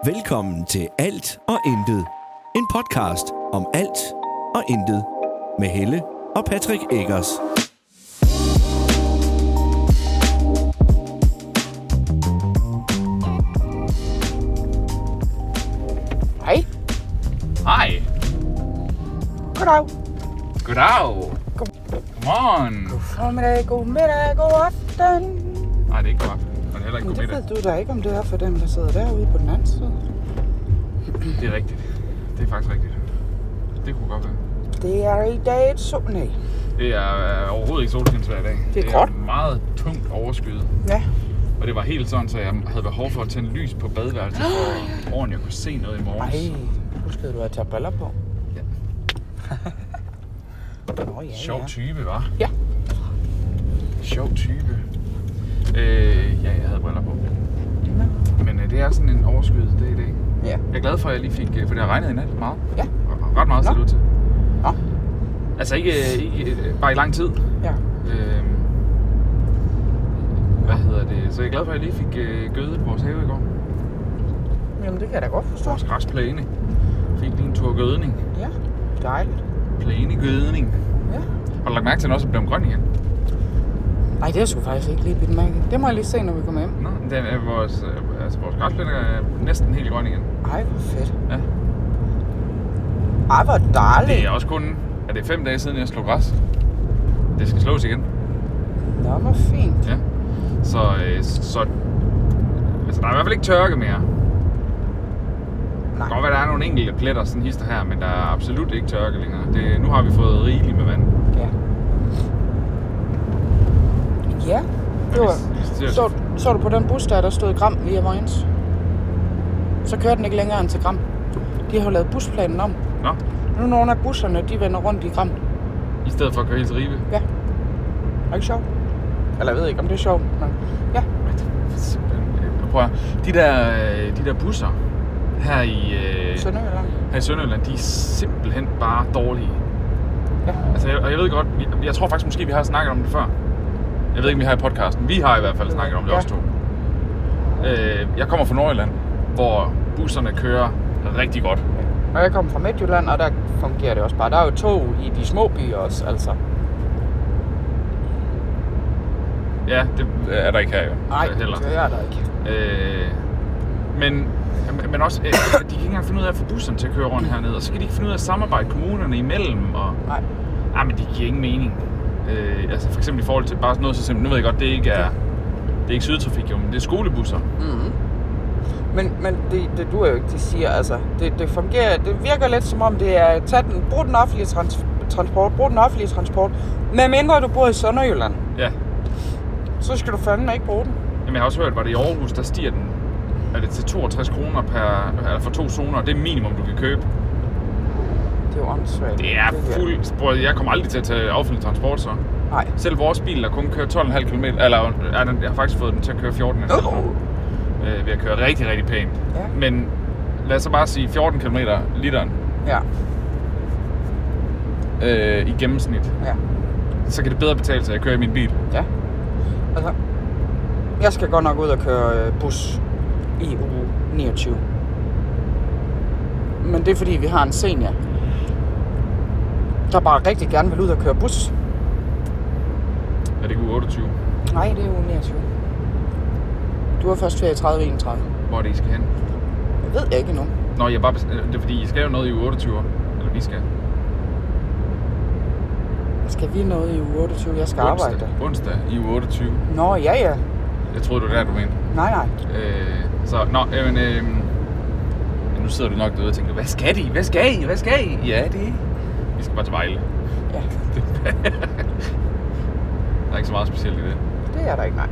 Velkommen til Alt og Intet. En podcast om alt og intet. Med Helle og Patrick Eggers. Hej. Hej. Goddag. Goddag. Godmorgen. God formiddag, god middag, god aften. Nej, det er ikke god aften. Og det er heller ikke god Det middag. ved du da ikke, om det er for dem, der sidder derude på den anden side. Det er rigtigt. Det er faktisk rigtigt. Det kunne godt være. Det er i dag et nej. Det er overhovedet ikke solskinsvejr i dag. Det er gråt. meget tungt overskyet. Ja. Og det var helt sådan, så jeg havde behov for at tænde lys på badeværelset, for ordentligt at kunne se noget i morges. Ej, huskede du at tage briller på? Ja. Nå, ja, Sjov ja. type, hva'? Ja. Sjov type. Ja, jeg havde briller på. Men det er sådan en overskyet dag i dag. Ja. Jeg er glad for, at jeg lige fik, for det har regnet i nat meget. Ja. Ret meget ser det ud til. Nå. Altså ikke bare i lang tid. Ja. Hvad hedder det? Så jeg er glad for, at jeg lige fik gødet vores have i går. Jamen, det kan jeg da godt forstå. Vores græsplæne. Fik lige en tur gødning. Ja, dejligt. Plænegødning. Ja. Har du lagt mærke til, at den også er blevet grøn igen? Nej, det er sgu faktisk ikke lige bidt mærke. Det må jeg lige se, når vi kommer hjem. Nå, den er vores græsplæne er næsten helt grøn igen. Ej, hvor fedt. Ja. Ej, hvor dejligt. Det er også kun, er det 5 dage siden, jeg slog græs. Det skal slås igen. Nå, hvor fint. Ja. Så altså, der er i hvert fald ikke tørke mere. Det kan godt være, der er nogle enkelte pletter, sådan hister her, men der er absolut ikke tørke længere. Nu har vi fået rigeligt med vand. Ja. Ja, det var, så du på den bus, der stod i Gram via Vojens? Så kørte den ikke længere end til Gram. De har jo lavet busplanen om. Nå, Nu nogle af busserne, de vender rundt i Gram. i stedet for at køre helt til Ribe. Ja. Er ikke sjovt? Eller jeg ved ikke, om det er sjovt, men ja. Prøv at, de der busser her i Sønderjylland. de er simpelthen bare dårlige. Ja. Altså, jeg ved godt, jeg tror faktisk måske, vi har snakket om det før. Jeg ved ikke, om vi har i podcasten. Vi har i hvert fald snakket om det, Ja. også to. Jeg kommer fra Nordjylland, hvor busserne kører rigtig godt. Og jeg kommer fra Midtjylland, og der fungerer det også bare. Der er jo tog i de små byer også, altså. Ja, det er der ikke her jo. Nej, heller. det er der ikke. Men også, de kan ikke engang finde ud af at få busserne til at køre rundt hernede, og så kan de ikke finde ud af at samarbejde kommunerne imellem, og... Nej. Ah, men det giver ingen mening. Altså for eksempel i forhold til bare sådan noget så simpelt, nu ved jeg godt, det er ikke Sydtrafik jo, men det er skolebusser. Mm-hmm. Men det duer jo ikke, de siger, altså, det fungerer, det virker lidt som om det er, brug den offentlige transport, medmindre du bor i Sønderjylland, Ja. så skal du fandme ikke bruge den. Jamen jeg har også hørt, var det i Aarhus, der stiger den, er det til 62 kroner for 2 zoner, det er minimum, du kan købe. Det er jo åndssvagt. Det er fuld, jeg kommer aldrig til at tage offentlig transport så. Nej. Selv vores bil, der kun kører 12,5 km, eller jeg har faktisk fået den til at køre 14,5 ved at køre rigtig, rigtig pænt. Ja. Men lad os så bare sige 14 km literen Ja. I gennemsnit. Ja. Så kan det bedre betale sig at køre i min bil. Ja. Altså, jeg skal godt nok ud og køre bus i uge 29. Men det er fordi, vi har en senior, der bare rigtig gerne vil ud og køre bus. Er det ikke uge 28? Nej, det er uge 29. Du har først ferie 30-31. Hvor er det, I skal hen? Jeg ved ikke endnu. Nå, det er fordi, I skal jo noget i uge 28. Eller vi skal. Skal vi noget i uge 28? Jeg skal arbejde. Onsdag i uge 28. Nå, ja. Jeg troede, det var der, du mente. Nej. Nu sidder du nok derude og tænker, hvad skal I? Ja, det vi skal bare til Vejle. Ja. Der er ikke så meget specielt i det. Det er der ikke, nej.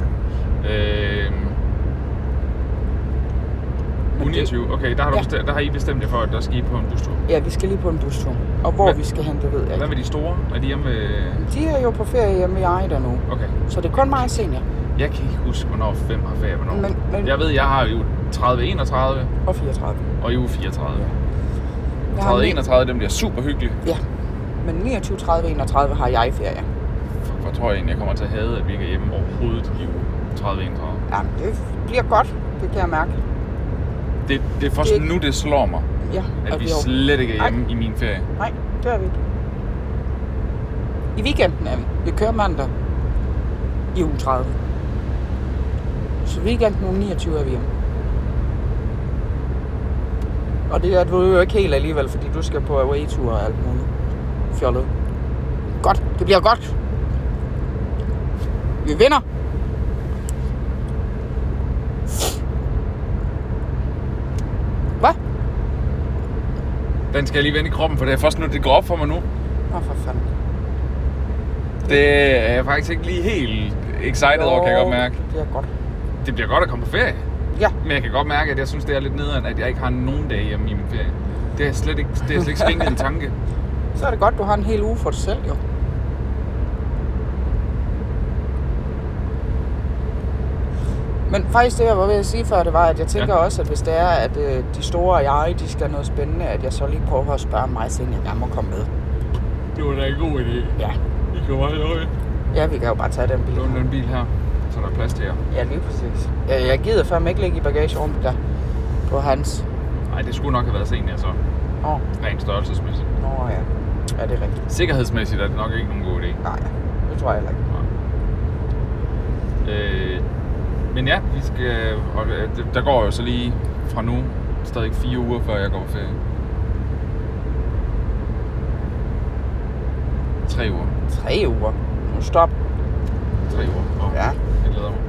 Uge 29, okay, der har I bestemt jer for, at der skal I på en bustur. Ja, vi skal lige på en bustur. Og hvor vi skal hen, det ved jeg Hvad ikke. med de store? Er de hjemme ved... De er jo på ferie hjemme i Ejda nu. Okay. Så det er kun mig og senior. Jeg kan ikke huske, hvornår 5 har ferie, hvornår. Men Jeg ved, jeg har jo 30-31 og 34. og i uge 34. Jeg har 30-31, dem bliver super hyggeligt. Ja. Men 29, 30, 31 har jeg ferie. For tror jeg egentlig, jeg kommer til at hade, at vi ikke er hjemme overhovedet i uge 30-31. Ja, det bliver godt. Det kan jeg mærke. Det er først nu, det slår mig, at vi slet ikke er hjemme i min ferie. Nej, det er vi ikke. I weekenden er vi. Vi kører mandag i uge 30. Så weekenden uge 29 er vi hjemme. Og det er du jo ikke helt alligevel, fordi du skal på away-tur og alt muligt. Fjollet. Godt. Det bliver godt. Vi vinder. Hvad? Den skal jeg lige vende i kroppen, for det er først nu, det går op for mig nu. For fanden. Det er jeg faktisk ikke lige helt excited over, kan jeg godt mærke. Det bliver godt. Det bliver godt at komme på ferie. Ja. Men jeg kan godt mærke, at jeg synes, det er lidt nederen, at jeg ikke har nogen dage hjemme i min ferie. Det er slet ikke skænket en tanke. Så er det godt, du har en hel uge for dig selv, jo. Men faktisk det, jeg var ved at sige før, det var, at jeg tænker også, at hvis det er, at de store og jeg, de skal noget spændende, at jeg så lige prøver at spørge mig, siden jeg gerne må komme med. Det var da en god idé. Ja. Vi kan jo bare lave. Ja, vi kan jo bare tage den bil. Låne den bil her, så der er plads til jer. Ja, lige præcis. Jeg gider fandme ikke ligge i bagagerummet der på hans. Nej, det skulle nok have været senior så. Rent størrelsesmæssigt. Nå ja. Ja, det er rigtigt. Sikkerhedsmæssigt er det nok ikke nogen god idé. Nej, det tror jeg heller ikke. Men ja, vi skal, og der går jo så lige fra nu stadig 4 uger, før jeg går på ferie. 3 uger. 3 uger? Nu stop. 3 uger. Ja. Jeg glæder mig.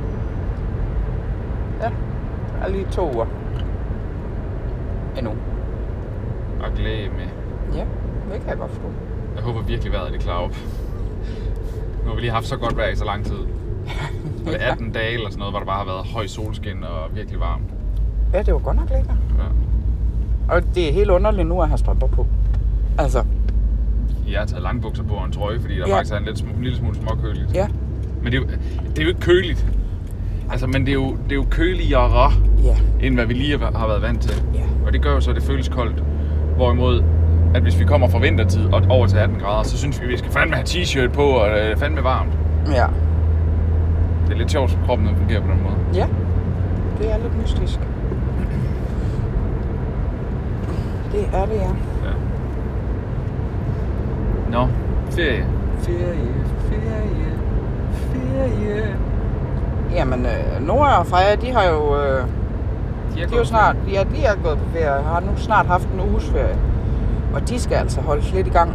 Ja, det er lige 2 uger. Endnu. Og glæde med. Ja, det kan jeg godt forstå. Jeg håber virkelig vejret det klarer op. Nu har vi lige haft så godt vejr i så lang tid. Og det er 18 dage eller sådan noget, hvor der bare har været høj solskin og virkelig varmt. Ja, det var godt nok lækkert. Ja. Og det er helt underligt nu at have strømper på. Altså. Jeg har taget langbukser på og en trøje, fordi der faktisk er en lille smule småkøligt. Ja. Men det er jo ikke køligt. Altså, men det er jo køligere, end hvad vi lige har været vant til. Ja. Og det gør jo så, at det føles koldt. Hvorimod, at hvis vi kommer fra vintertid og over til 18 grader, så synes vi skal fandme have t-shirt på, og det er fandme varmt. Ja. Det er lidt sjovt, at kroppen fungerer på den måde. Ja, det er lidt mystisk. Det er det, ja. Nå, ferie. Jamen, Nora og Freja, de har jo... de er gået på ferie og har nu snart haft en uges ferie. Og de skal altså holdes lidt i gang.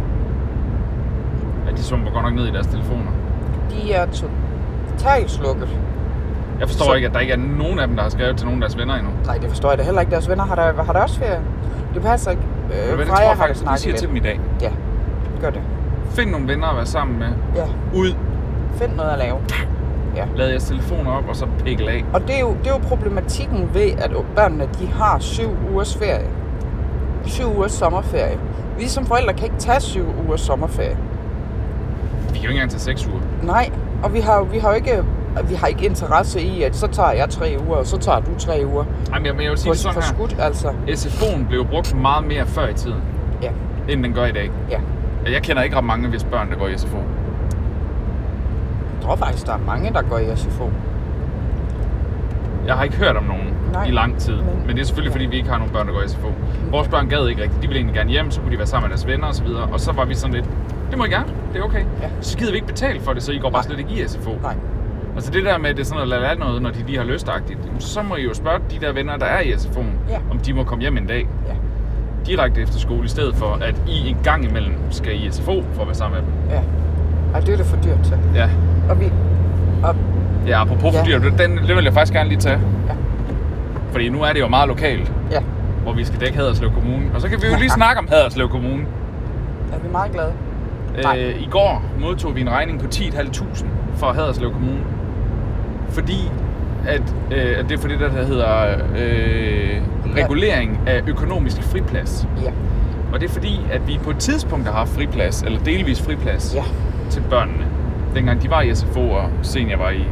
Ja, de sumper godt nok ned i deres telefoner. De er totalt slukket. Jeg forstår ikke, at der ikke er nogen af dem, der har skrevet til nogen af deres venner endnu. Nej, det forstår jeg da heller ikke. Deres venner har der også ferie. Det passer ikke. Freja har faktisk snakket siger til dem i dag. Ja, gør det. Find nogle venner at være sammen med. Ja. Ud. Find noget at lave. Ja. Lad jeres telefoner op, og så pikkel af. Og det er jo problematikken ved, at børnene de har 7 ugers ferie. 7 ugers sommerferie. Vi som forældre kan ikke tage 7 ugers sommerferie. Vi kan jo ikke engang tage 6 uger. Nej, og vi har ikke interesse i, at så tager jeg 3 uger, og så tager du 3 uger. Jamen, jeg vil sige det sådan her. Skudt, altså. SFO'en blev brugt meget mere før i tiden, end den gør i dag. Ja. Jeg kender ikke ret mange, hvis børn, der går i SFO. Jeg tror faktisk, der er mange, der går i SFO. Jeg har ikke hørt om nogen i lang tid, men det er selvfølgelig, fordi vi ikke har nogen børn, der går i SFO. Vores børn gad ikke rigtigt. De ville egentlig gerne hjem, så kunne de være sammen med deres venner og så videre. Og så var vi sådan lidt, det må I gerne, det er okay. Ja. Så gider vi ikke betale for det, så I går bare slet ikke i SFO. Nej. Altså det der med, at det er sådan at lade noget, når de lige har lystagtigt, så må I jo spørge de der venner, der er i SFO'en, om de må komme hjem en dag. Ja. Direkte efter skole, i stedet for, at I en gang imellem skal i SFO for at være sammen med dem. Ja. Ej, det er det for dyrt til. Ja. Og ja, apropos for dyrt, det vil jeg faktisk gerne lige tage. Ja. Fordi nu er det jo meget lokalt. Ja. Hvor vi skal dække Haderslev Kommune. Og så kan vi jo lige snakke om Haderslev Kommune. Ja, vi er meget glade. I går modtog vi en regning på 10.500 fra Haderslev Kommune. Fordi at det er for det, der hedder regulering af økonomisk friplads. Ja. Og det er fordi, at vi på et tidspunkt har haft friplads, eller delvis friplads, til børnene. Dengang de var i SFO, og senior var i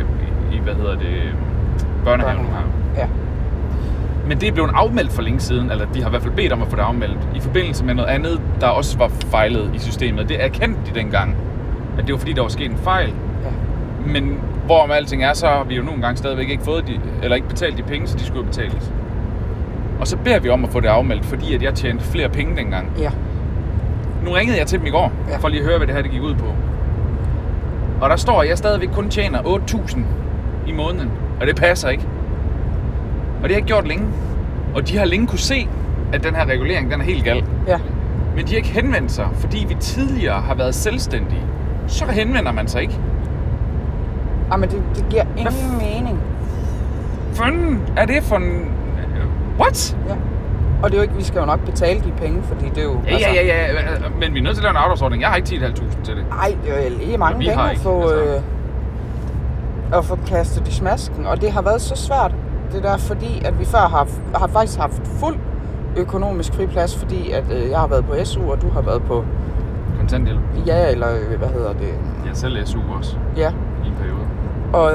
børnehaven her. Ja. Men det er blevet afmeldt for længe siden, eller de har i hvert fald bedt om at få det afmeldt, i forbindelse med noget andet, der også var fejlet i systemet. Det erkendte de dengang, at det var fordi, der var sket en fejl. Ja. Men Hvorom alting er, så har vi jo nogle gange stadigvæk ikke fået ikke betalt de penge, så de skulle betales. Og så beder vi om at få det afmeldt, fordi at jeg tjente flere penge dengang. Ja. Nu ringede jeg til dem i går, for lige at høre, hvad det her det gik ud på. Og der står, at jeg stadigvæk kun tjener 8.000 i måneden. Og det passer ikke. Og det har jeg ikke gjort længe. Og de har længe kunne se, at den her regulering, den er helt gal. Ja. Men de har ikke henvendt sig, fordi vi tidligere har været selvstændige. Så henvender man sig ikke. Jamen, det giver ingen mening. Fanden er det for en... What? Ja. Og det er jo ikke, vi skal jo nok betale de penge, fordi det er jo... Ja, men vi er nødt til at lave en afdragsordning. Jeg har ikke 10.500 til det. Nej, det er jo lige mange penge at få kastet i smasken. Og det har været så svært, det der, fordi at vi før har faktisk haft fuld økonomisk friplads, fordi at jeg har været på SU, og du har været på... Kontanthjælp. Ja, eller hvad hedder det? Ja, selv SU også. Ja. I en periode. Og,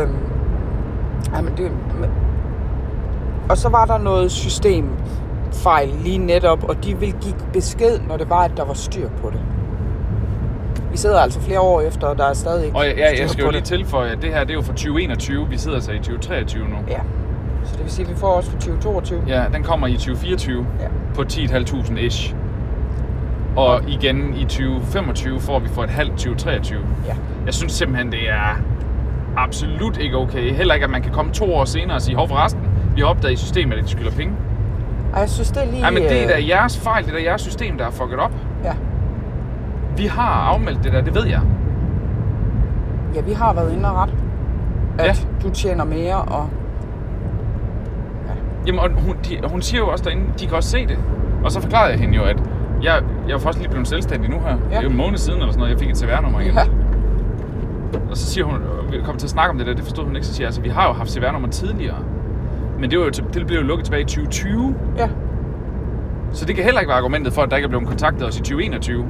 og så var der noget systemfejl lige netop, og de ville give besked, når det var, at der var styr på det. Vi sidder altså flere år efter, og der er stadig ikke styr på det. Jeg skal jo lige tilføje, at det her det er jo fra 2021, vi sidder så i 2023 nu. Ja, så det vil sige, at vi får også for 2022. Ja, den kommer i 2024 på 10.500 ish. Og igen i 2025 får vi for et halvt 2023. Ja. Jeg synes simpelthen, det er absolut ikke okay. Heller ikke, at man kan komme 2 år senere og sige, hov forresten, vi har opdaget i systemet, at de skylder penge. Ej, jeg synes, det er lige... Ej, men det er da jeres fejl, det er da jeres system, der har fucket op. Ja. Vi har afmeldt det der, det ved jeg. Ja, vi har været inde og ret. At du tjener mere, og... Ja. Jamen, og hun siger jo også derinde, de kan også se det. Og så forklarede jeg hende jo, at jeg er faktisk lige blevet selvstændig nu her. Ja. Det er jo en måned siden eller sådan noget, jeg fik et CVR-nummer igen. Ja. Og så siger hun, vi kommer til at snakke om det der, det forstod hun ikke, så siger jeg, altså vi har jo haft CVR-nummer tidligere. Men det blev jo lukket tilbage i 2020. Ja. Så det kan heller ikke være argumentet for, at der ikke er blevet kontaktet os i 2021.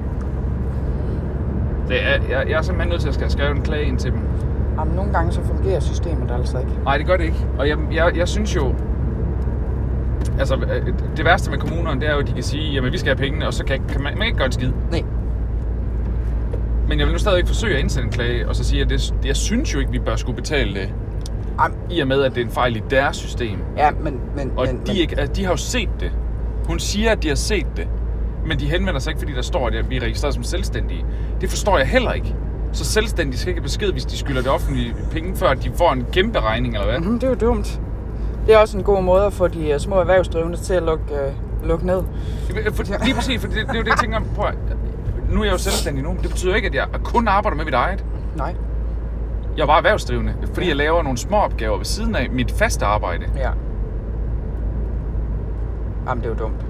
Jeg er simpelthen nødt til at skal skrive en klage ind til dem. Jamen, nogle gange så fungerer systemet altså ikke. Nej, det gør det ikke. Og jeg synes jo... Altså, det værste med kommunerne, det er jo, at de kan sige, jamen vi skal have pengene, og så kan man ikke gøre en skid. Nej. Men jeg vil nu stadigvæk forsøge at indsende en klage, og så sige, at jeg synes jo ikke, vi bør skulle betale det. I og med, at det er en fejl i deres system. Ja, og de har jo set det. Hun siger, at de har set det. Men de henvender sig ikke, fordi der står, at vi er registreret som selvstændige. Det forstår jeg heller ikke. Så selvstændige skal ikke have besked, hvis de skylder det offentlige penge, før de får en kæmpe regning, eller hvad? Det er jo dumt. Det er også en god måde at få de små erhvervsdrivende til at lukke ned. Lige præcis, for det er jo det, jeg tænker på. Nu er jeg jo selvstændig nu. Det betyder ikke, at jeg kun arbejder med mit eget. Nej. Jeg er bare erhvervsdrivende, fordi jeg laver nogle små opgaver ved siden af mit faste arbejde. Ja. Jamen, det er jo dumt.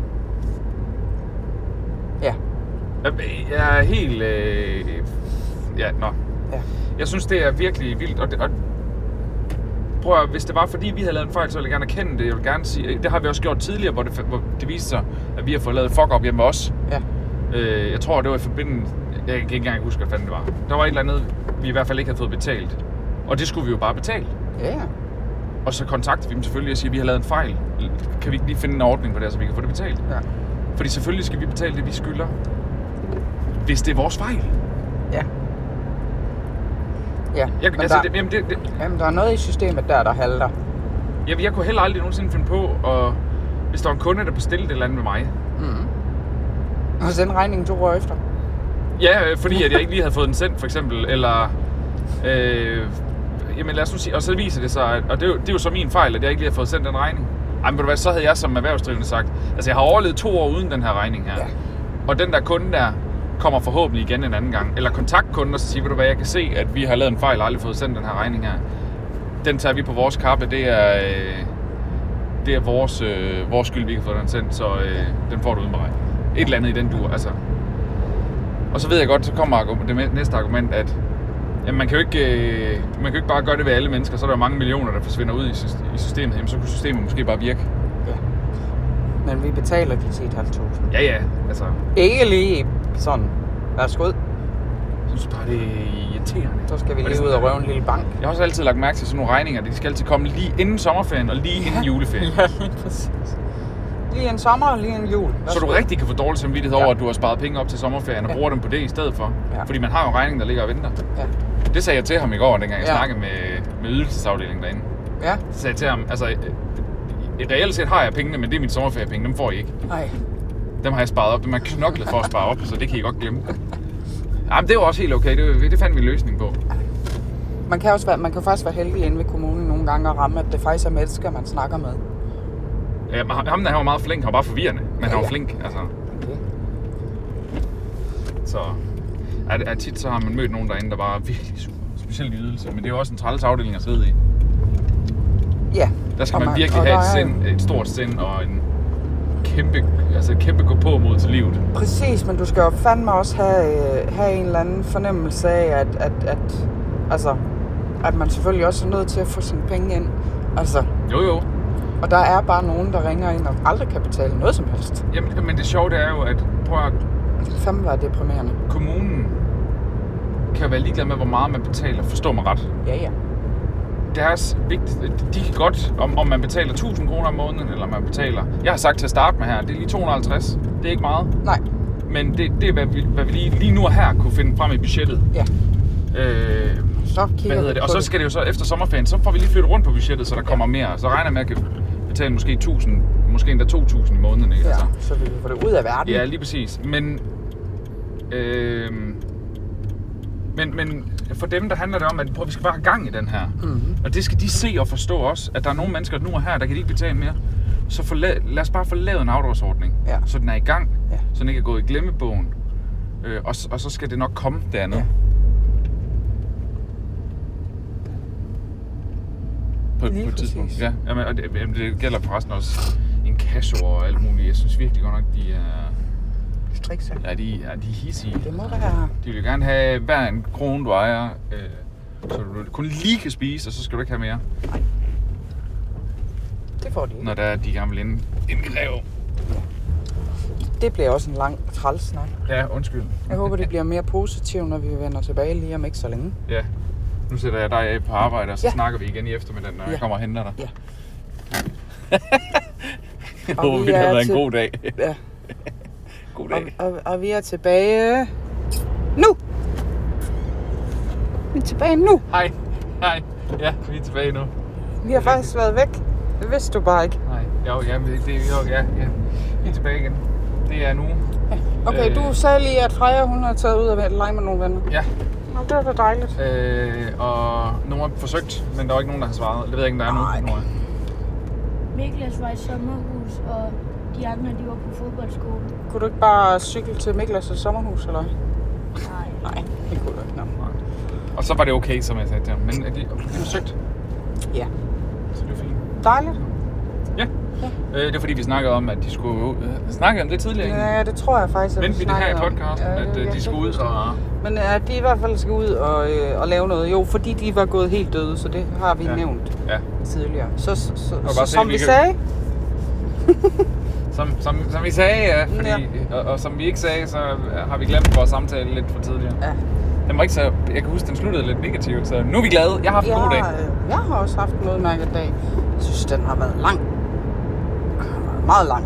Ja. Jeg er helt... Ja. Jeg synes, det er virkelig vildt, og prøv at, hvis det var fordi, vi havde lavet en fejl, så ville jeg gerne erkende det. Jeg vil gerne sige, det har vi også gjort tidligere, hvor det viste sig, at vi har fået lavet fuck-up hjemme med os. Ja. Jeg tror, det var i forbindelse... Jeg kan ikke engang huske, hvad fanden det var. Der var et eller andet, vi i hvert fald ikke havde fået betalt. Og det skulle vi jo bare betale. Ja. Og så kontaktede vi dem selvfølgelig og siger, at vi har lavet en fejl. Kan vi ikke lige finde en ordning på det, så vi kan få det betalt? Ja. Fordi selvfølgelig skal vi betale det, vi skylder. Hvis det er vores fejl. Ja. Ja, jamen, der er noget i systemet der halter. Jeg kunne heller aldrig nogensinde finde på, og hvis der var en kunde, der bestilte et eller andet med mig. Og sende regningen 2 år efter. Ja, fordi at jeg ikke lige havde fået den sendt, for eksempel. Eller, jamen lad os nu sige, og så viser det sig, og det er jo så min fejl, at jeg ikke lige har fået sendt den regning. Ej, men ved du hvad, så havde jeg som erhvervsdrivende sagt, altså jeg har overlevet 2 år uden den her regning her. Ja. Og den der kunde der kommer forhåbentlig igen en anden gang. Eller kontaktkunden og så siger, ved du hvad, jeg kan se, at vi har lavet en fejl og aldrig fået sendt den her regning her. Den tager vi på vores kappe, det er vores skyld, vi kan få den sendt, så den får du uden beregning. Et eller andet i den dur, altså. Og så ved jeg godt, så kommer det næste argument, at jamen, man kan jo ikke bare gøre det ved alle mennesker, så er der jo mange millioner, der forsvinder ud i systemet. Jamen, så kunne systemet måske bare virke. Ja. Men vi betaler de 10.500. Ja, altså. Ikke lige sådan. Værsgo. Jeg synes bare, det er irriterende. Så skal vi lige ud og røve en lille bank. Jeg har også altid lagt mærke til sådan nogle regninger. De skal altid komme lige inden sommerferien og lige inden juleferien. Ja, lige præcis. Lige en sommer og lige en jul. Så du rigtig kan få dårlig samvittighed over, at du har sparet penge op til sommerferien og bruger dem på det i stedet for. Ja. Fordi man har jo regningen, der ligger og venter. Ja. Det sagde jeg til ham i går, dengang jeg snakkede med ydelsesafdelingen derinde. Ja. Så sagde jeg til ham, altså reelt set har jeg pengene, men det er mine sommerferiepenge, dem får I ikke. Nej. Dem har jeg sparet op, dem har jeg knoklet for at spare op, så det kan I godt glemme. Jamen det var også helt okay, det fandt vi en løsning på. Man kan faktisk være heldig inde ved kommunen nogle gange og ramme, at det faktisk er mennesker, man snakker med. Ja, ham der, han var meget flink, han var bare forvirrende, men han var flink, altså. Okay. Så tit så har man mødt nogen derinde, der var virkelig super, specielt i ydelse, men det er jo også en træls afdeling at sidde i. Ja. Der skal man virkelig have et stort sind og en kæmpe gå på mod til livet. Præcis, men du skal jo fandme også have en eller anden fornemmelse af, at man selvfølgelig også er nødt til at få sine penge ind. Altså. Jo. Og der er bare nogen, der ringer ind og aldrig kan betale noget som helst. Jamen, men det sjove det er jo, at det kan fandme være deprimerende. Kommunen kan være ligeglad med, hvor meget man betaler. Forstår mig ret. Ja. Det er vigtigt. De kan godt, om man betaler 1.000 kroner om måneden, eller man betaler... Jeg har sagt til at starte med her, det er lige 250. Det er ikke meget. Nej. Men det er, hvad vi lige nu og her kunne finde frem i budgettet. Ja. Så kigger vi og så skal det jo så efter sommerferien, så får vi lige flyttet rundt på budgettet, så der kommer mere. Så regner jeg med, at jeg kan betale måske 1.000, måske endda 2.000 i måneden. Ikke? Ja, altså. så vi får det ud af verden. Ja, lige præcis. Men for dem, der handler det om, at vi skal bare have gang i den her. Mm-hmm. Og det skal de se og forstå også, at der er nogle mennesker nu og her, der kan de ikke betale mere. Så lad os bare få lavet en afdragsordning, så den er i gang, så den ikke er gået i glemmebogen. Og så skal det nok komme dernede. Ja. På et tidspunkt. Ja, jamen, og det gælder forresten også inkasso og alt muligt. Jeg synes virkelig godt nok, de er... Strikse. Ja, de er hissige. Det må være. De vil jo gerne have hver en krone, du ejer, så du kun lige kan spise, og så skal du ikke have mere. Nej. Det får de ikke. Når der er de gerne vil indkræve. Det bliver også en lang træls snak. Ja, undskyld. Jeg håber, det bliver mere positivt, når vi vender tilbage lige om ikke så længe. Ja. Nu sætter jeg dig af på arbejde, og så snakker vi igen i eftermiddag, når jeg kommer og henter dig. Ja. Jeg håber, det har været en god dag. Ja. God dag. Og vi er tilbage nu! Vi er tilbage nu! Hej. Ja, vi er tilbage nu. Vi har faktisk været væk. Det vidste du bare ikke. Nej, vi er tilbage igen. Det er nu. Ja. Okay, du sagde lige, at Freja, hun har taget ud og lege med nogle venner. Ja. Nå, det var da dejligt. Og nogen har forsøgt, men der er ikke nogen, der har svaret. Det ved jeg ikke, om der er nu. Miklas var i sommerhus, og de andre, de var på fodboldskole. Kunne du ikke bare cykle til Miklas' sommerhus, eller? Nej, det kunne du ikke. Nej. Og så var det okay, som jeg sagde til ham. Men de forsøgt? Ja. Så det var fint. Dejligt. Ja. Det er fordi, vi snakkede om, at de skulle snakke om det tidligere. Ja, det tror jeg faktisk, at vi det her i podcasten, at de skulle ud og... Men at de i hvert fald skal ud og lave noget. Jo, fordi de var gået helt døde, så det har vi nævnt tidligere. Så som vi sagde... Som vi sagde, ja. Fordi, og som vi ikke sagde, så har vi glemt vores samtale lidt for tidligere. Ja. Den var ikke så... Jeg kan huske, den sluttede lidt negativt, så nu er vi glade. Jeg har haft en god dag. Jeg har også haft en udmærket dag. Jeg synes, den har været lang. Meget lang.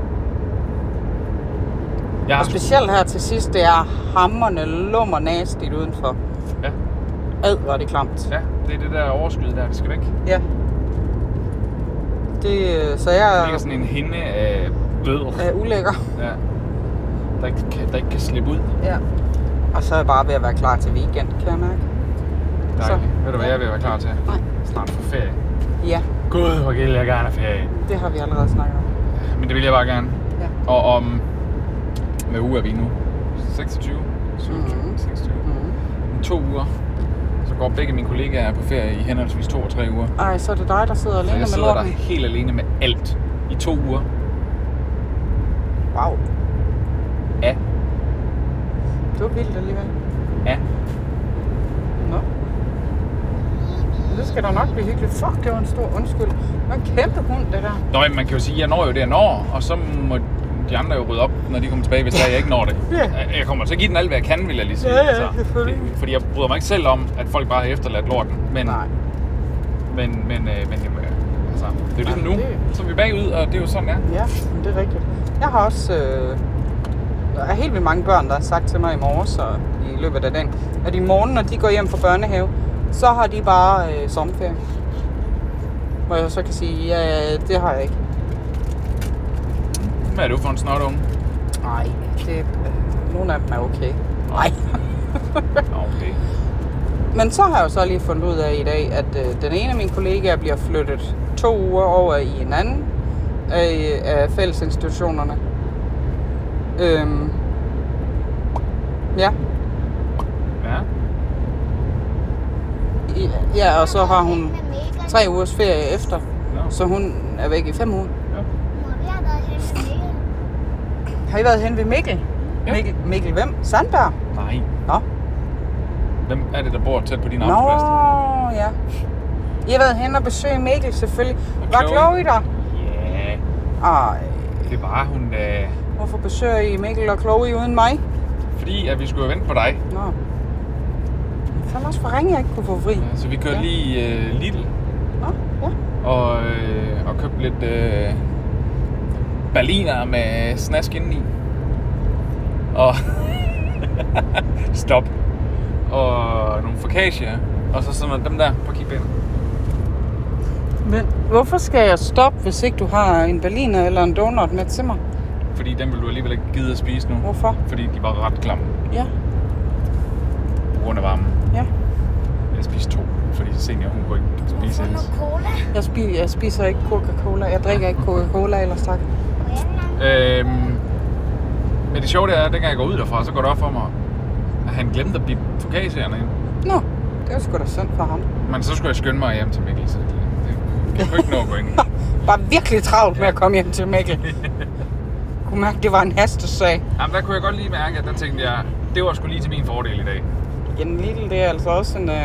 Ja. Og specielt her til sidst, det er hamrende lummer nastigt udenfor. Ja. Var det klamt. Ja, det er det der overskud der, det skal væk. Ja. Så jeg... Det ligger sådan en hinde af blød. Af ulækker. Ja. Der ikke kan slippe ud. Ja. Og så er jeg bare ved at være klar til weekend, kan jeg mærke. Dejligt. Ved du hvad jeg er ved at være klar til? Nej. Snart for ferie. Ja. Gud, hvor gælder jeg gerne have ferie. Det har vi allerede snakket om. Men det vil jeg bare gerne. Ja. Og om... Hvad uge er vi nu? 26? 27? 26? Om 2 uger. Så går begge mine kollegaer på ferie i henholdsvis 2 og 3 uger. Ej, så er det dig, der sidder alene med lorten? Så jeg sidder der helt alene med alt. I 2 uger. Wow. Ja. Det var vildt alligevel. Ja. Nå. Det skal da nok blive hyggeligt. Fuck, det var en stor undskyld. Det var en kæmpe hund, det der. Nå, man kan jo sige, at jeg når jo det, jeg når. Og så må de andre jo rydde op, når de kommer tilbage, hvis jeg ikke når det. Jeg kommer til at give den alt, hvad jeg kan, vil jeg lige sige. Ja, selvfølgelig. Fordi jeg bryder mig ikke selv om, at folk bare har efterladt lorten. Men, nej. Men altså, det er jo ligesom nu, så er vi bagud, og det er jo sådan, Ja, men det er rigtigt. Jeg har også er helt vildt mange børn, der har sagt til mig i morges og i løbet af dagen, at i morgen, når de går hjem fra børnehave, så har de bare sommerferie. Hvor jeg så kan sige, ja, det har jeg ikke. Hvad er du for en snotunge? Nej, nogle af dem er okay. Nej. Okay. Men så har jeg jo så lige fundet ud af i dag, at den ene af mine kollegaer bliver flyttet 2 uger over i en anden af fællesinstitutionerne. Ja. Ja. Ja, og så har hun 3 ugers ferie efter, så hun er væk i 5 uger. Ja. Har I været hen ved Mikkel? Ja. Mikkel hvem? Sandberg? Nej. Nå. Hvem er det, der bor tæt på din arbejdsplads? Nå, ja. I har været hen og besøge Mikkel, selvfølgelig. Og Var Chloe der? Ja. Ej. Det var hun. Hvorfor besøger I Mikkel og Chloe uden mig? Fordi at vi skulle vente på dig. Nå. Jeg fandt også for ringe, jeg ikke kunne få fri. Ja, så vi kørte lige Lidl. Nå, ja. Og købte lidt berliner med snask indeni. Og stop. Og nogle focaccia. Og så sådan dem der på kigben. Men hvorfor skal jeg stoppe, hvis ikke du har en berliner eller en donut med til mig? Fordi dem vil du alligevel ikke gide at spise nu. Hvorfor? Fordi de var ret klamme. Ja. På grund af varmen. Ja. Jeg spiste 2, fordi senior hun kunne ikke spise ellers. Jeg spiser ikke Coca-Cola. Jeg drikker ikke Coca-Cola ellers, tak. Men det sjove er, at dengang jeg går ud derfra, så går det op for mig, at han glemte at blive focaccierne ind. Nå, det var sgu da synd for ham. Men så skulle jeg skynde mig hjem til Mikkel, så det kunne ikke nå at gå ind. Bare virkelig travlt med at komme hjem til Mikkel. Kunne mærke, det var en hastesag. Jamen, der kunne jeg godt lige mærke, at der tænkte jeg, det var sgu lige til min fordel i dag. Jamen, Lidl, det er altså også en...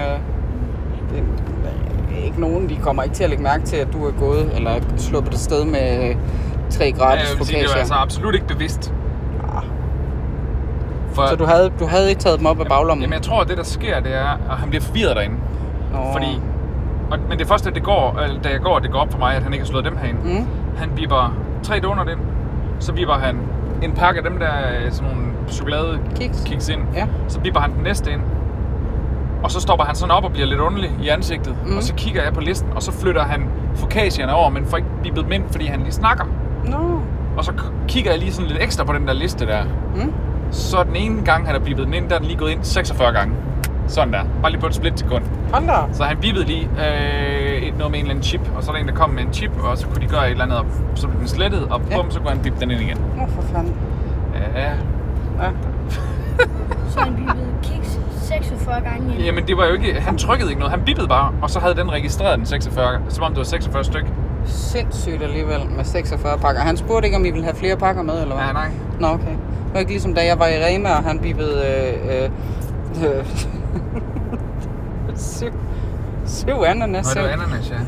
ikke nogen, de kommer ikke til at lægge mærke til, at du er gået, eller sluppet et sted med 3 gratis focaccia. Det var altså absolut ikke bevidst. For, så du havde ikke taget dem op af baglommen? Jamen, jeg tror, at det der sker, det er, at han bliver forvirret derinde. Fordi... Men det første, da jeg går, det går op for mig, at han ikke har slået dem herinde. Mm. Han bipper 3 donut ind, så bipper han en pakke af dem der, sådan nogle chokoladekiks ind. Ja. Så bipper han den næste ind. Og så stopper han sådan op og bliver lidt underlig i ansigtet. Mm. Og så kigger jeg på listen, og så flytter han focaccierne over, men får ikke bippet dem ind, fordi han lige snakker. No. Og så kigger jeg lige sådan lidt ekstra på den der liste der. Mm. Så den ene gang, han har bippet den ind, der er den lige gået ind 46 gange. Sådan der. Bare lige på et splitsekund. Hold da. Så han bippede lige noget med en eller anden chip, og så er der en, der kom med en chip, og så kunne de gøre et eller andet, og så blev den slettet, og bum, så kunne han bippe den ind igen. For fanden. Ja. Så han bippede kiks 46 gange ind. Jamen det var jo ikke, han trykkede ikke noget, han bippede bare, og så havde den registreret den 46, som om det var 46 styk. Sindssygt alligevel med 46 pakker. Han spurgte ikke, om I ville have flere pakker med, eller hvad? Ja, nej. Nå, okay. Det var ikke ligesom da jeg var i Rema, og han bippede 7 ananas. Nå, det var ananas, ja.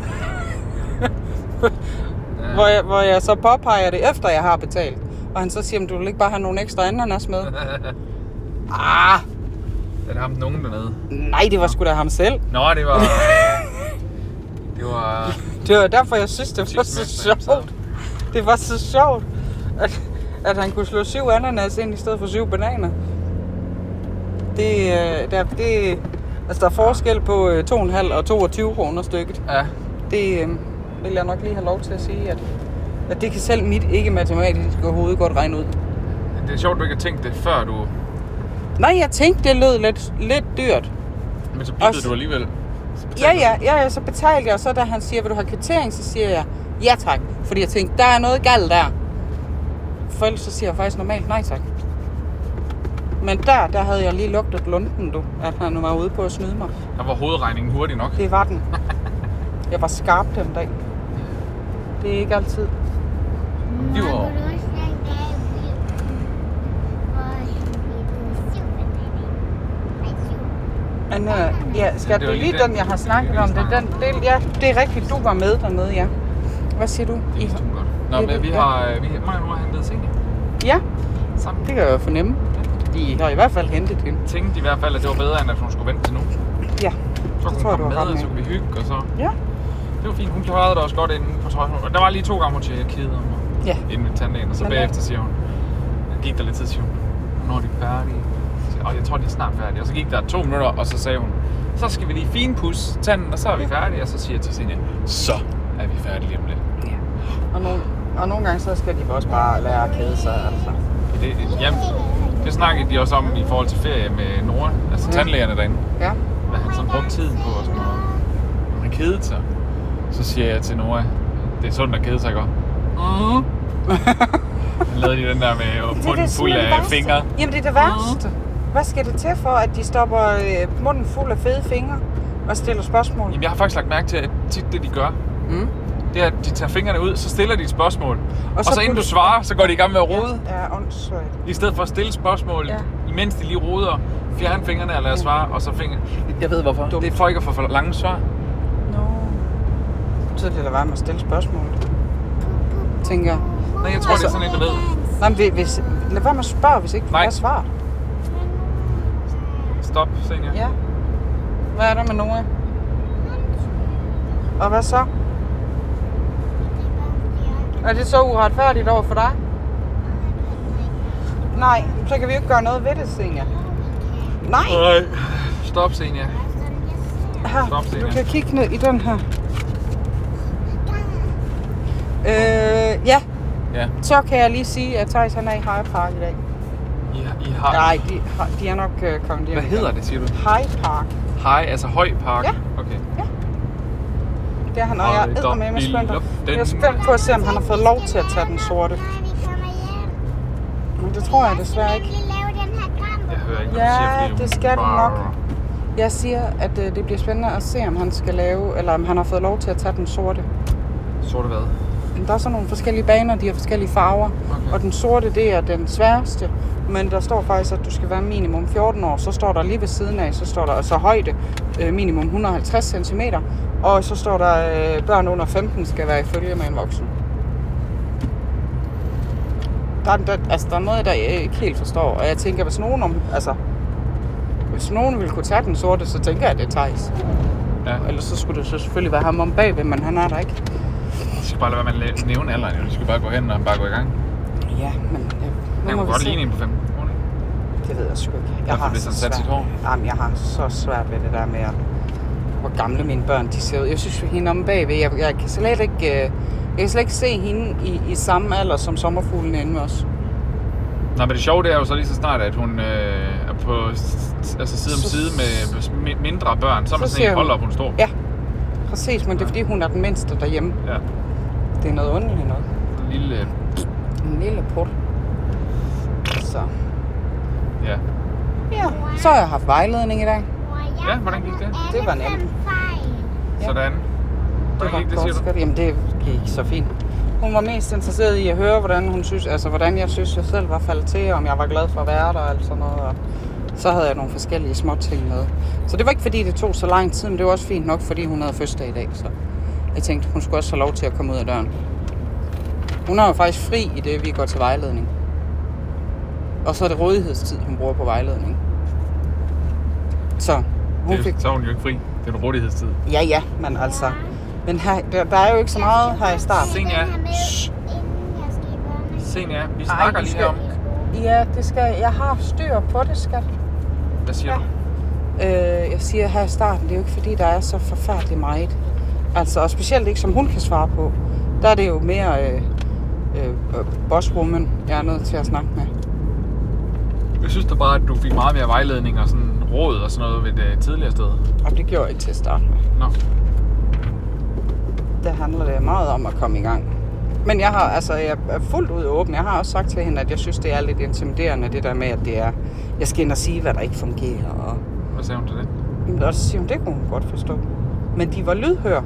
Hvor jeg så påpeger det, efter jeg har betalt. Og han så siger, du vil ikke bare have nogle ekstra ananas med? Er det ham den unge dernede? Nej, det var sgu da ham selv. Nå, det var... Det var derfor, jeg synes, det var så sjovt. Det var så sjovt, at han kunne slå 7 ananas ind i stedet for 7 bananer. Der er forskel på 2,5 og 22 kroner stykket. Ja. Det vil jeg nok lige have lov til at sige, at det kan selv mit ikke-matematiske hoved godt regne ud. Det er sjovt, du ikke har tænkt det, før du... Nej, jeg tænkte, det lød lidt dyrt. Men så bippede du alligevel. Ja, så betalte jeg, og så da han siger, vil du have kvittering, så siger jeg, ja tak. Fordi jeg tænkte, der er noget galt der. For ellers så siger jeg faktisk normalt nej tak. Men der havde jeg lige lugtet lunden, at han var ude på at snyde mig. Der var hovedregningen hurtigt nok. Det var den. Jeg var skarp den dag. Det er ikke altid. Det var... Skal det lige den, jeg har snakket om? Det er rigtigt, du var med dernede, ja. Hvad siger du? Det er godt. Nå, men vi har hentet Senior. Ja, sammen. Det kan jeg jo fornemme. De har i hvert fald hentet hende. Tænkte i hvert fald, at det var bedre, end at hun skulle vente til nu. Ja, så kunne hun komme med, og så kunne vi hygge, og så... Ja. Det var fint. Hun klarede det også godt inden på tøjsmål. Der var lige 2 gange, hun tjekkede mig inden ved tandlægen, og så bagefter siger hun... Gik der lidt tid, siger hun. hvornår er de færdige? Og jeg tror, de er snart færdige. Og så gik der 2 minutter, og så sagde hun, så skal vi lige finpudse tanden, og så er vi færdige. Og så siger jeg til Senja, så er vi færdige lige om lidt. Ja. Og nogle gange, så skal de også bare lære at kæde sig, altså. Det snakkede de også om i forhold til ferie med Nora, altså tandlægerne derinde. Ja. Hvad han så brugte tiden på og sådan noget. Han kedede sig. Så siger jeg til Nora, det er sundt at kede sig, ikke? Han lavede de den der med munden fuld af fingre. Jamen det er det værste. Hvad skal det til for, at de stopper munden fuld af fede fingre og stiller spørgsmål? Jamen jeg har faktisk lagt mærke til, at tit det de gør, det er, at de tager fingrene ud, så stiller de et spørgsmål. Og så inden du svarer, så går de i gang med at rode. Ja, åndssvagt. I stedet for at stille spørgsmål, imens de lige roder, fjerne fingrene og lade svare, og så fingrene. Jeg ved hvorfor. Det er for ikke at få for lange svar. Så det er da være med at stille spørgsmål. Tænker jeg. Nej, jeg tror, det er sådan en, der ved. Nej, men lad være med at spørge, hvis ikke du har svaret. Stop, Senja. Ja. Hvad er der med Nora? Og hvad så? Er det så uretfærdigt over for dig? Nej, så kan vi jo ikke gøre noget ved det, Senja. Nej! Stop, Senja. Her, Stop, Senja. Du kan kigge ned i den her. Ja. Så kan jeg lige sige, at Thijs han er i Hyde Park i dag. I har... Nej, de er nok kommet hjem. Hvad hedder det, siger du? Hyde Park. Altså Høj Park? Ja. Okay. Ja. Det er han, og jeg er eddermame spændt. Jeg er spændt på at se, om han har fået lov til at tage den sorte. Men det tror jeg desværre ikke. Jeg hører ikke, hvad du siger, fordi det skal du nok. Jeg siger, at det bliver spændende at se, om han skal lave, eller om han har fået lov til at tage den sorte. Sorte hvad? Der er sådan nogle forskellige baner, de har forskellige farver. Okay. Og den sorte, det er den sværeste. Men der står faktisk, at du skal være minimum 14 år. Så står der lige ved siden af, så står der altså højde, minimum 150 cm. Og så står der, børn under 15 skal være i følge med en voksen. Der er noget, der jeg ikke helt forstår. Og jeg tænker, hvis nogen ville kunne tage den sorte, så tænker jeg, at det er Thijs. Ja. Ellers så skulle det så selvfølgelig være ham om bagved, men han er der ikke. Du skal bare lade være med at nævne alderen. Du skal bare gå hen og bare gå i gang. Ja, men... Jeg må godt ligne en på 15 år. Det ved jeg sgu ikke. Jeg har så svært ved det der med, hvor gamle mine børn de ser ud. Jeg synes jo, hende om bagved, jeg kan slet ikke se hende i samme alder som sommerfuglen inde også. Nej, men det sjove det er jo så lige så snart, at hun er på side om side med mindre børn, så er man sådan en hold op, hun står. Ja, præcis, men det er fordi, hun er den mindste derhjemme. Ja. Det er noget underligt noget. En lille put. Så. Ja. Ja, så har jeg haft vejledning i dag. Ja, hvordan gik det? Det var nemt. Ja. Sådan. Hvordan gik det, siger du? Jamen, det gik så fint. Hun var mest interesseret i at høre, hvordan jeg synes, jeg selv var faldet til, om jeg var glad for at være der og alt sådan noget. Og så havde jeg nogle forskellige små ting med. Så det var ikke fordi, det tog så lang tid, men det var også fint nok, fordi hun havde fødselsdag i dag. Så jeg tænkte, hun skulle også have lov til at komme ud af døren. Hun har jo faktisk fri i det, vi går til vejledning. Og så er det rådighedstid, hun bruger på vejledning. Så så er hun jo ikke fri. Det er en rådighedstid. Ja, men altså... Men her, der er jo ikke så meget her i starten. Senja, vi snakker lige om. Ja, det skal... Jeg har styr på det, skat. Hvad siger du? Jeg siger her i starten, det er jo ikke fordi, der er så forfærdeligt meget. Altså, og specielt ikke som hun kan svare på. Der er det jo mere bosswoman, jeg er nødt til at snakke med. Jeg synes da bare, at du fik meget mere vejledning og sådan råd og sådan noget ved det tidligere sted. Og det gjorde jeg ikke til at starte med. Nå. Der handler det meget om at komme i gang. Men jeg er fuldt ud åben. Jeg har også sagt til hende, at jeg synes, det er lidt intimiderende, det der med, at det er, jeg skal ind og sige, hvad der ikke fungerer. Og hvad sagde hun til det? Jamen, og så siger hun, det kunne hun godt forstå. Men de var lydhør.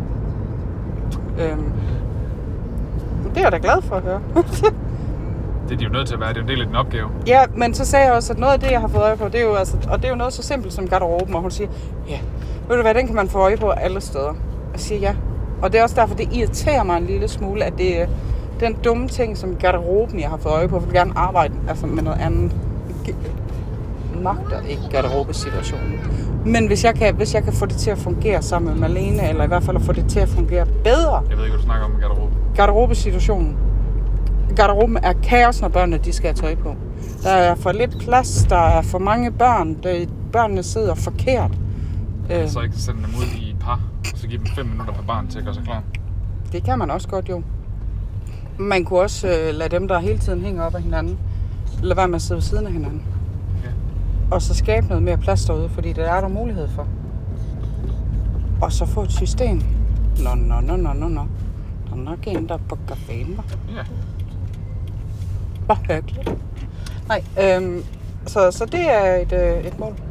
Det er jeg da glad for at høre. Det er de jo nødt til at være. Det er jo en del af din opgave. Ja, men så sagde jeg også, at noget af det, jeg har fået øje på, det er jo og det er jo noget så simpelt som garderoben. Og hun siger, ja, ved du hvad, den kan man få øje på alle steder. Jeg siger ja. Og det er også derfor, det irriterer mig en lille smule, at det er den dumme ting, som garderoben, jeg har fået øje på. Jeg vil gerne arbejde med noget andet. Magter ikke garderobesituationen. Men hvis jeg kan få det til at fungere sammen med Malene, eller i hvert fald at få det til at fungere bedre. Jeg ved ikke, hvad du snakker om med garderobe. Garderobesituationen. garderoben er kaos, når børnene de skal have tøj på. Der er for lidt plads, der er for mange børn, børnene sidder forkert. Så ikke sende dem ud i et par, og så give dem 5 minutter per barn til at gøre sig klar? Det kan man også godt, jo. Man kunne også lade dem, der hele tiden hænger op af hinanden, lade være med at sidde ved siden af hinanden. Ja. Og så skabe noget mere plads derude, fordi det er der mulighed for. Og så få et system. Nå. Der er nok en, der er på caféen. Ja. Hvor hyggeligt. Nej, så det er et mål.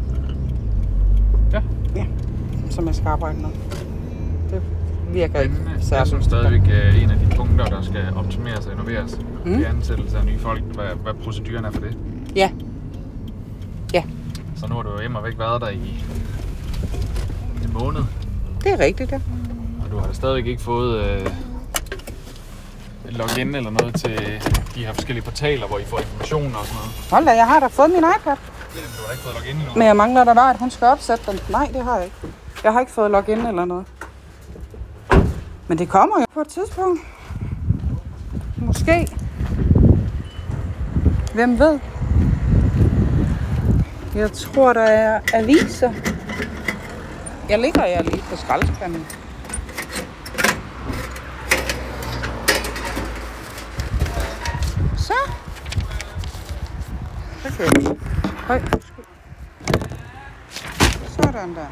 Ja. Ja, som jeg skal arbejde med. Det virker ikke særligt. Jeg synes stadigvæk, en af de punkter, der skal optimeres og innoveres, det er ansættelse af nye folk. Hvad proceduren er for det. Ja. Ja. Så nu har du jo hjemme og væk været der i en måned. Det er rigtigt, ja. Og du har da stadigvæk ikke fået et login eller noget til de her forskellige portaler, hvor I får information og sådan noget. Hold da, jeg har da fået min iPad. Jamen, du har da ikke fået login endnu. Men jeg mangler da bare, at hun skal opsætte den. Nej, det har jeg ikke. Jeg har ikke fået login eller noget. Men det kommer jo på et tidspunkt. Måske. Hvem ved? Jeg tror, der er aviser. Jeg ligger lige på skraldespanden. Så. Så kører vi. Høj. Sådan der.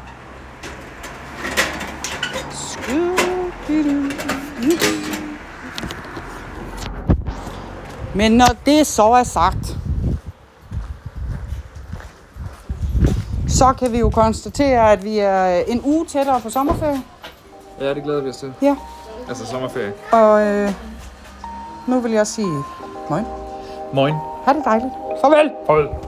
Men når det så er sagt, så kan vi jo konstatere, at vi er en uge tættere på sommerferie. Ja, det glæder vi os til. Ja. Altså sommerferie. Og nu vil jeg sige moin. Moin. Ha' det dejligt. Farvel. Farvel.